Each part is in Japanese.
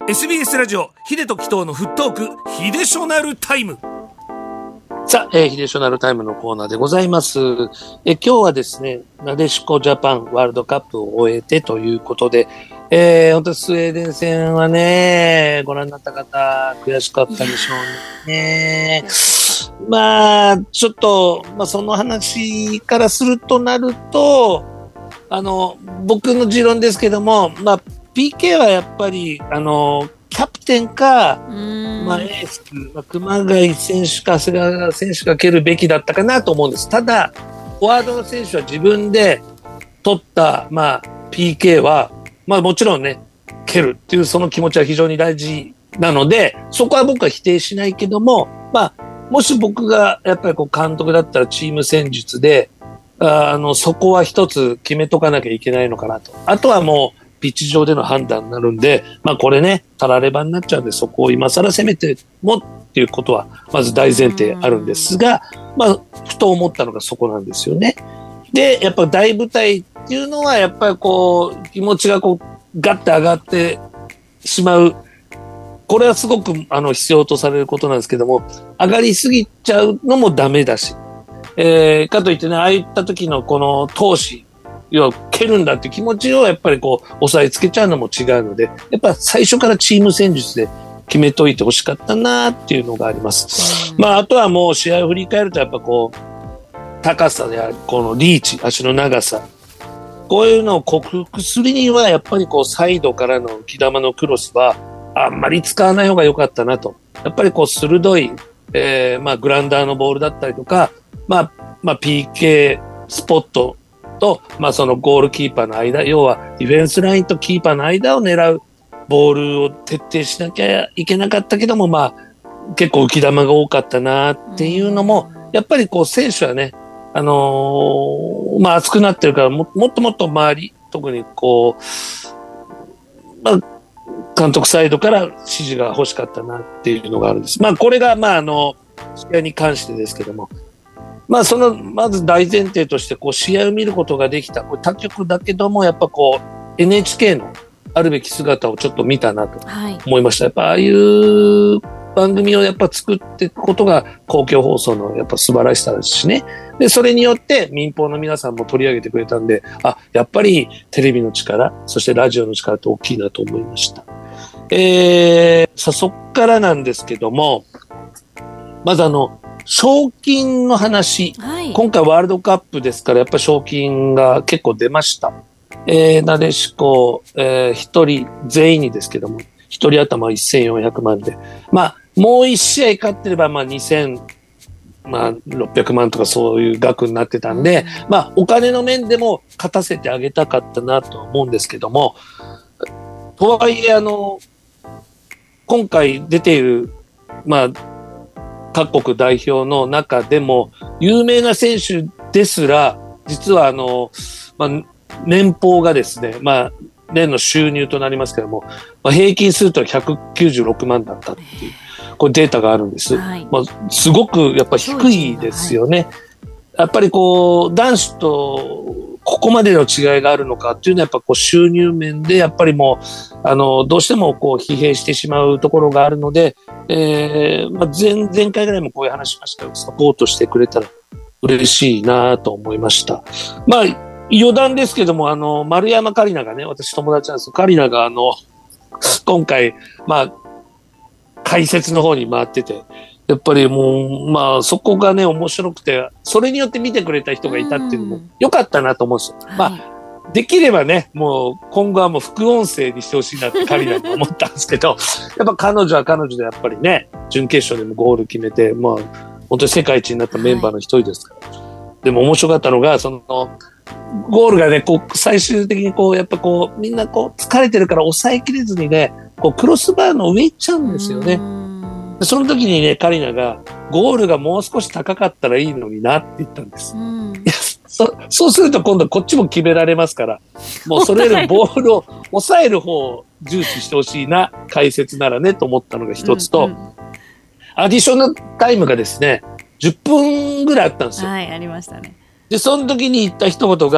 SBS ラジオヒデとキトーのフットークヒデショナルタイム。 さあ、ヒデショナルタイムのコーナーでございます。今日はですね、なでしこジャパンワールドカップを終えてということで、本当にスウェーデン戦はね、ご覧になった方、悔しかったでしょうね。まあ、ちょっと、その話からするとなると、僕の持論ですけども、PK はやっぱり、キャプテンか、エース、熊谷選手か長谷川選手が蹴るべきだったかなと思うんです。ただ、フォワードの選手は自分で取った、PK は、もちろんね、蹴るっていうその気持ちは非常に大事なので、そこは僕は否定しないけども、もし僕がやっぱり監督だったらチーム戦術で、そこは一つ決めとかなきゃいけないのかなと。あとはもう、ピッチ上での判断になるんで、これね、たらればになっちゃうんで、そこを今更攻めてもっていうことは、まず大前提あるんですが、ふと思ったのがそこなんですよね。で、やっぱ大舞台っていうのは、やっぱり気持ちがガッて上がってしまう。これはすごく必要とされることなんですけども、上がりすぎちゃうのもダメだし、かといってね、ああいった時のこの闘志、要は蹴るんだって気持ちをやっぱり押さえつけちゃうのも違うので、やっぱ最初からチーム戦術で決めといてほしかったなっていうのがあります。あとはもう試合を振り返るとやっぱ高さやこのリーチ、足の長さ、こういうのを克服するにはやっぱりサイドからの浮き玉のクロスはあんまり使わない方が良かったなと。やっぱり鋭い、グラウンダーのボールだったりとか、PK スポットと、そのゴールキーパーの間、要はディフェンスラインとキーパーの間を狙うボールを徹底しなきゃいけなかったけども、結構浮き玉が多かったなっていうのも、やっぱり選手はね、熱くなってるからもっともっと周り、特に監督サイドから指示が欲しかったなっていうのがあるんです。これが試合に関してですけども、まず大前提として試合を見ることができた。他局だけどもやっぱNHK のあるべき姿をちょっと見たなと思いました。やっぱああいう番組をやっぱ作っていくことが公共放送のやっぱ素晴らしさですしね。で、それによって民放の皆さんも取り上げてくれたんで、やっぱりテレビの力、そしてラジオの力って大きいなと思いました。そっからなんですけども、まず賞金の話、今回ワールドカップですからやっぱ賞金が結構出ました。なでしこ、一人全員にですけども、一人頭1400万で、もう一試合勝ってれば2600万とかそういう額になってたんで、お金の面でも勝たせてあげたかったなと思うんですけども、とはいえ今回出ている各国代表の中でも有名な選手ですら実は年俸がですね、年の収入となりますけども、平均すると196万だったっていうこれデータがあるんです。すごくやっぱり低いですよね。やっぱり男子とここまでの違いがあるのかっていうのはやっぱ収入面でやっぱりもうどうしても疲弊してしまうところがあるので、前回ぐらいもこういう話しましたが、サポートしてくれたら嬉しいなと思いました。余談ですけども丸山桂里奈がね、私友達なんですけど、桂里奈が今回解説の方に回ってて、やっぱりもうそこがね面白くて、それによって見てくれた人がいたっていうのも良かったなと思うんですよ。できればね、もう今後はもう副音声にしてほしいなってカリナに思ったんですけど、やっぱ彼女は彼女でやっぱりね、準決勝でもゴール決めて、本当に世界一になったメンバーの一人ですから。でも面白かったのが、そのゴールがね、最終的にやっぱみんな疲れてるから抑えきれずにね、クロスバーの上行っちゃうんですよね。その時にね、カリナがゴールがもう少し高かったらいいのになって言ったんです。そうすると今度こっちも決められますから、もうそれよりボールを抑える方を重視してほしいな、解説ならねと思ったのが一つと、アディショナルタイムがですね、10分ぐらいあったんですよ。 はい、ありましたね。 で、その時に言った一言が、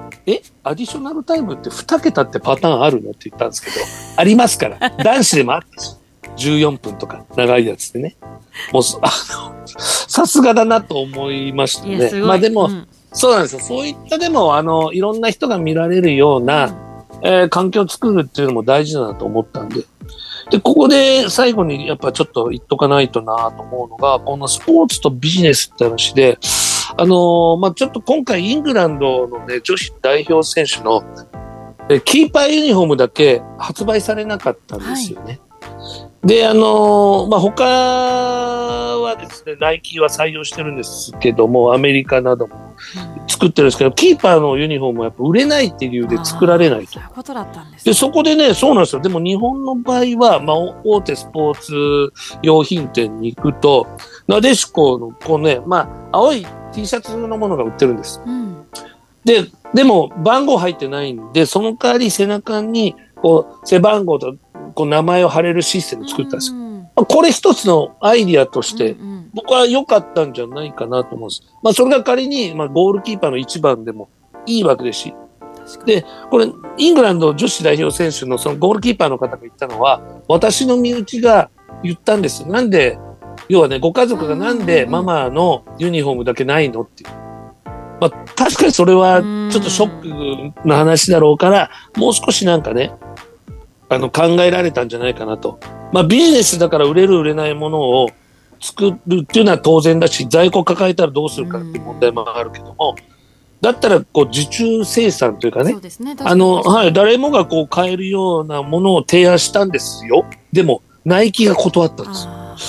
アディショナルタイムって2桁ってパターンあるのって言ったんですけど、ありますから。男子でもあったし。14分とか長いやつでね。もう、さすがだなと思いましたね。まあでも、そうなんですよ。そういったでも、いろんな人が見られるような、環境を作るっていうのも大事だなと思ったんで。で、ここで最後にやっぱちょっと言っとかないとなと思うのが、このスポーツとビジネスって話で、まあ、ちょっと今回イングランドのね、女子代表選手の、キーパーユニフォームだけ発売されなかったんですよね。で、まあ、他はですね、ナイキは採用してるんですけども、アメリカなども作ってるんですけど、キーパーのユニフォームはやっぱ売れないっていう理由で作られないと。 そういうことだったんですね。 で、そこでね、そうなんですよ。でも日本の場合は、まあ、大手スポーツ用品店に行くと、なでしこのこうね、まあ、青い T シャツのものが売ってるんです。でも番号入ってないんで、その代わり背中にこう背番号とこう名前を貼れるシステムを作ったんですよ。これ一つのアイディアとして、僕は良かったんじゃないかなと思うんです。まあそれが仮に、まあゴールキーパーの一番でもいいわけですし。で、これ、イングランド女子代表選手のそのゴールキーパーの方が言ったのは、私の身内が言ったんです。なんで、要はね、ご家族がなんでママのユニフォームだけないのっていう。まあ確かにそれはちょっとショックな話だろうから、もう少しなんかね、考えられたんじゃないかなと。まあビジネスだから売れる売れないものを作るっていうのは当然だし、在庫抱えたらどうするかっていう問題もあるけども、だったらこう受注生産というかね、 そうですね、 はい、誰もがこう買えるようなものを提案したんですよ。でもナイキが断ったんです。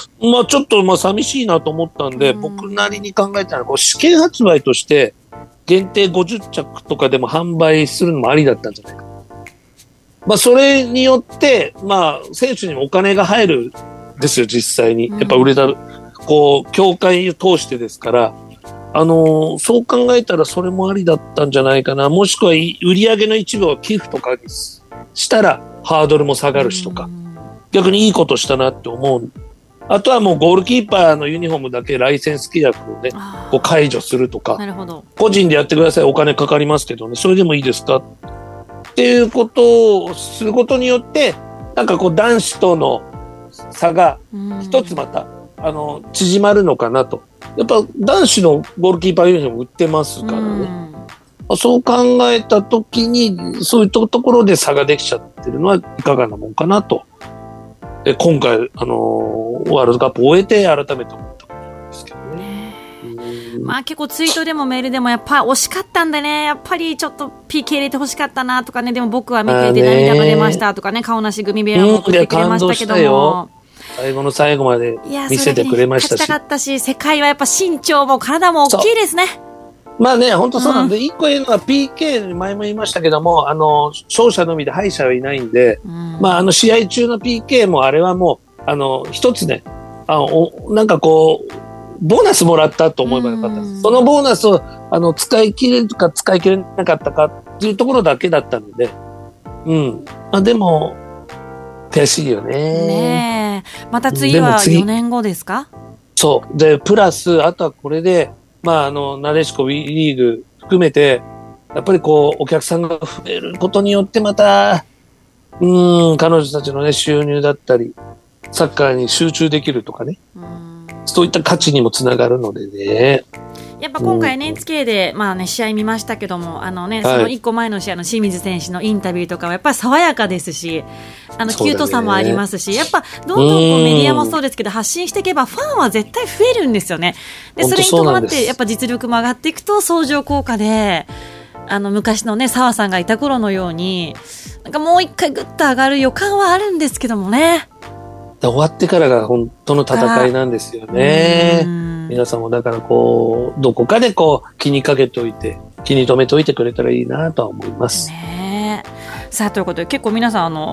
まあちょっとまあ寂しいなと思ったんで、僕なりに考えたのはこう試験発売として限定50着とかでも販売するのもありだったんじゃないか。まあそれによってまあ選手にもお金が入るんですよ、実際に。やっぱ売れた、こう協会を通してですから。そう考えたらそれもありだったんじゃないかな。もしくは売上の一部を寄付とかにしたらハードルも下がるしとか、逆にいいことしたなって思う。あとはもうゴールキーパーのユニフォームだけライセンス契約をね、こう解除するとか、 なるほど。 個人でやってください、お金かかりますけどね、それでもいいですかっていうことをすることによって、なんかこう男子との差が一つまた、縮まるのかなと。やっぱ男子のゴールキーパーユニフォーム売ってますからね。そう考えたときに、そういったところで差ができちゃってるのはいかがなもんかなと。今回、ワールドカップを終えて改めて思ったことなんですけどね。 まあ結構ツイートでもメールでもやっぱ惜しかったんでね、やっぱりちょっと PK 入れて欲しかったなとかね、でも僕は見ていて涙が出ましたとかね、顔なしグミ部屋も送ってくれましたけども。 最後の最後まで見せてくれましたし。 勝ちたかったし、世界はやっぱ身長も体も大きいですね。 まあね、本当そうなんで、一個言うのは PK、前も言いましたけども、勝者のみで敗者はいないんで、まあ試合中の PK もあれはもう、一つね、なんかこう、ボーナスもらったと思えばよかったです。そのボーナスを、使い切れるか使い切れなかったかっていうところだけだったので、まあでも、悔しいよね。 ねえ。また次は4年後ですか？ そう。で、プラス、あとはこれで、まあ、なでしこ WE リーグ含めて、やっぱりこう、お客さんが増えることによってまた、彼女たちのね、収入だったり、サッカーに集中できるとかね。そういった価値にもつながるのでね。 やっぱ今回 NHK で、まあね、試合見ましたけども、その1個前の試合の清水選手のインタビューとかはやっぱり爽やかですし、キュートさもありますし、やっぱどんどんこうメディアもそうですけど発信していけばファンは絶対増えるんですよね。で、それに伴ってやっぱ実力も上がっていくと相乗効果で、昔のね、澤さんがいた頃のように、なんかもう一回グッと上がる予感はあるんですけどもね。 終わってからが本当の戦いなんですよね。皆さんもだからこう、どこかでこう、気にかけておいて、気に留めておいてくれたらいいなとは思います。 ねえ。さあ、ということで結構皆さん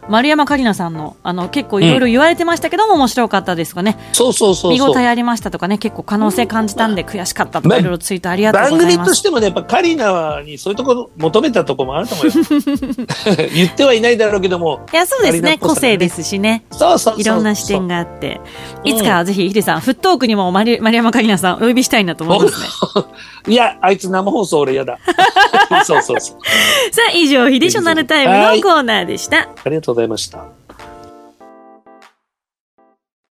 丸山桂里奈さんの、結構いろいろ言われてましたけども、面白かったですかね。 そう。 見応えありましたとかね、結構可能性感じたんで悔しかったとか、いろいろツイートありがとうございます。 番組としてもね、やっぱカリナにそういうところ求めたところもあると思うよ。言ってはいないだろうけども。 いや、そうですね。個性ですしね。 そう。 いろんな視点があって。いつかはぜひヒデさん、フットークにも丸山桂里奈さんお呼びしたいなと思いますね。 いや、あいつ生放送俺やだ。そう。 さあ、以上、ヒデショナルタイムのコーナーでした。 ありがとうございました。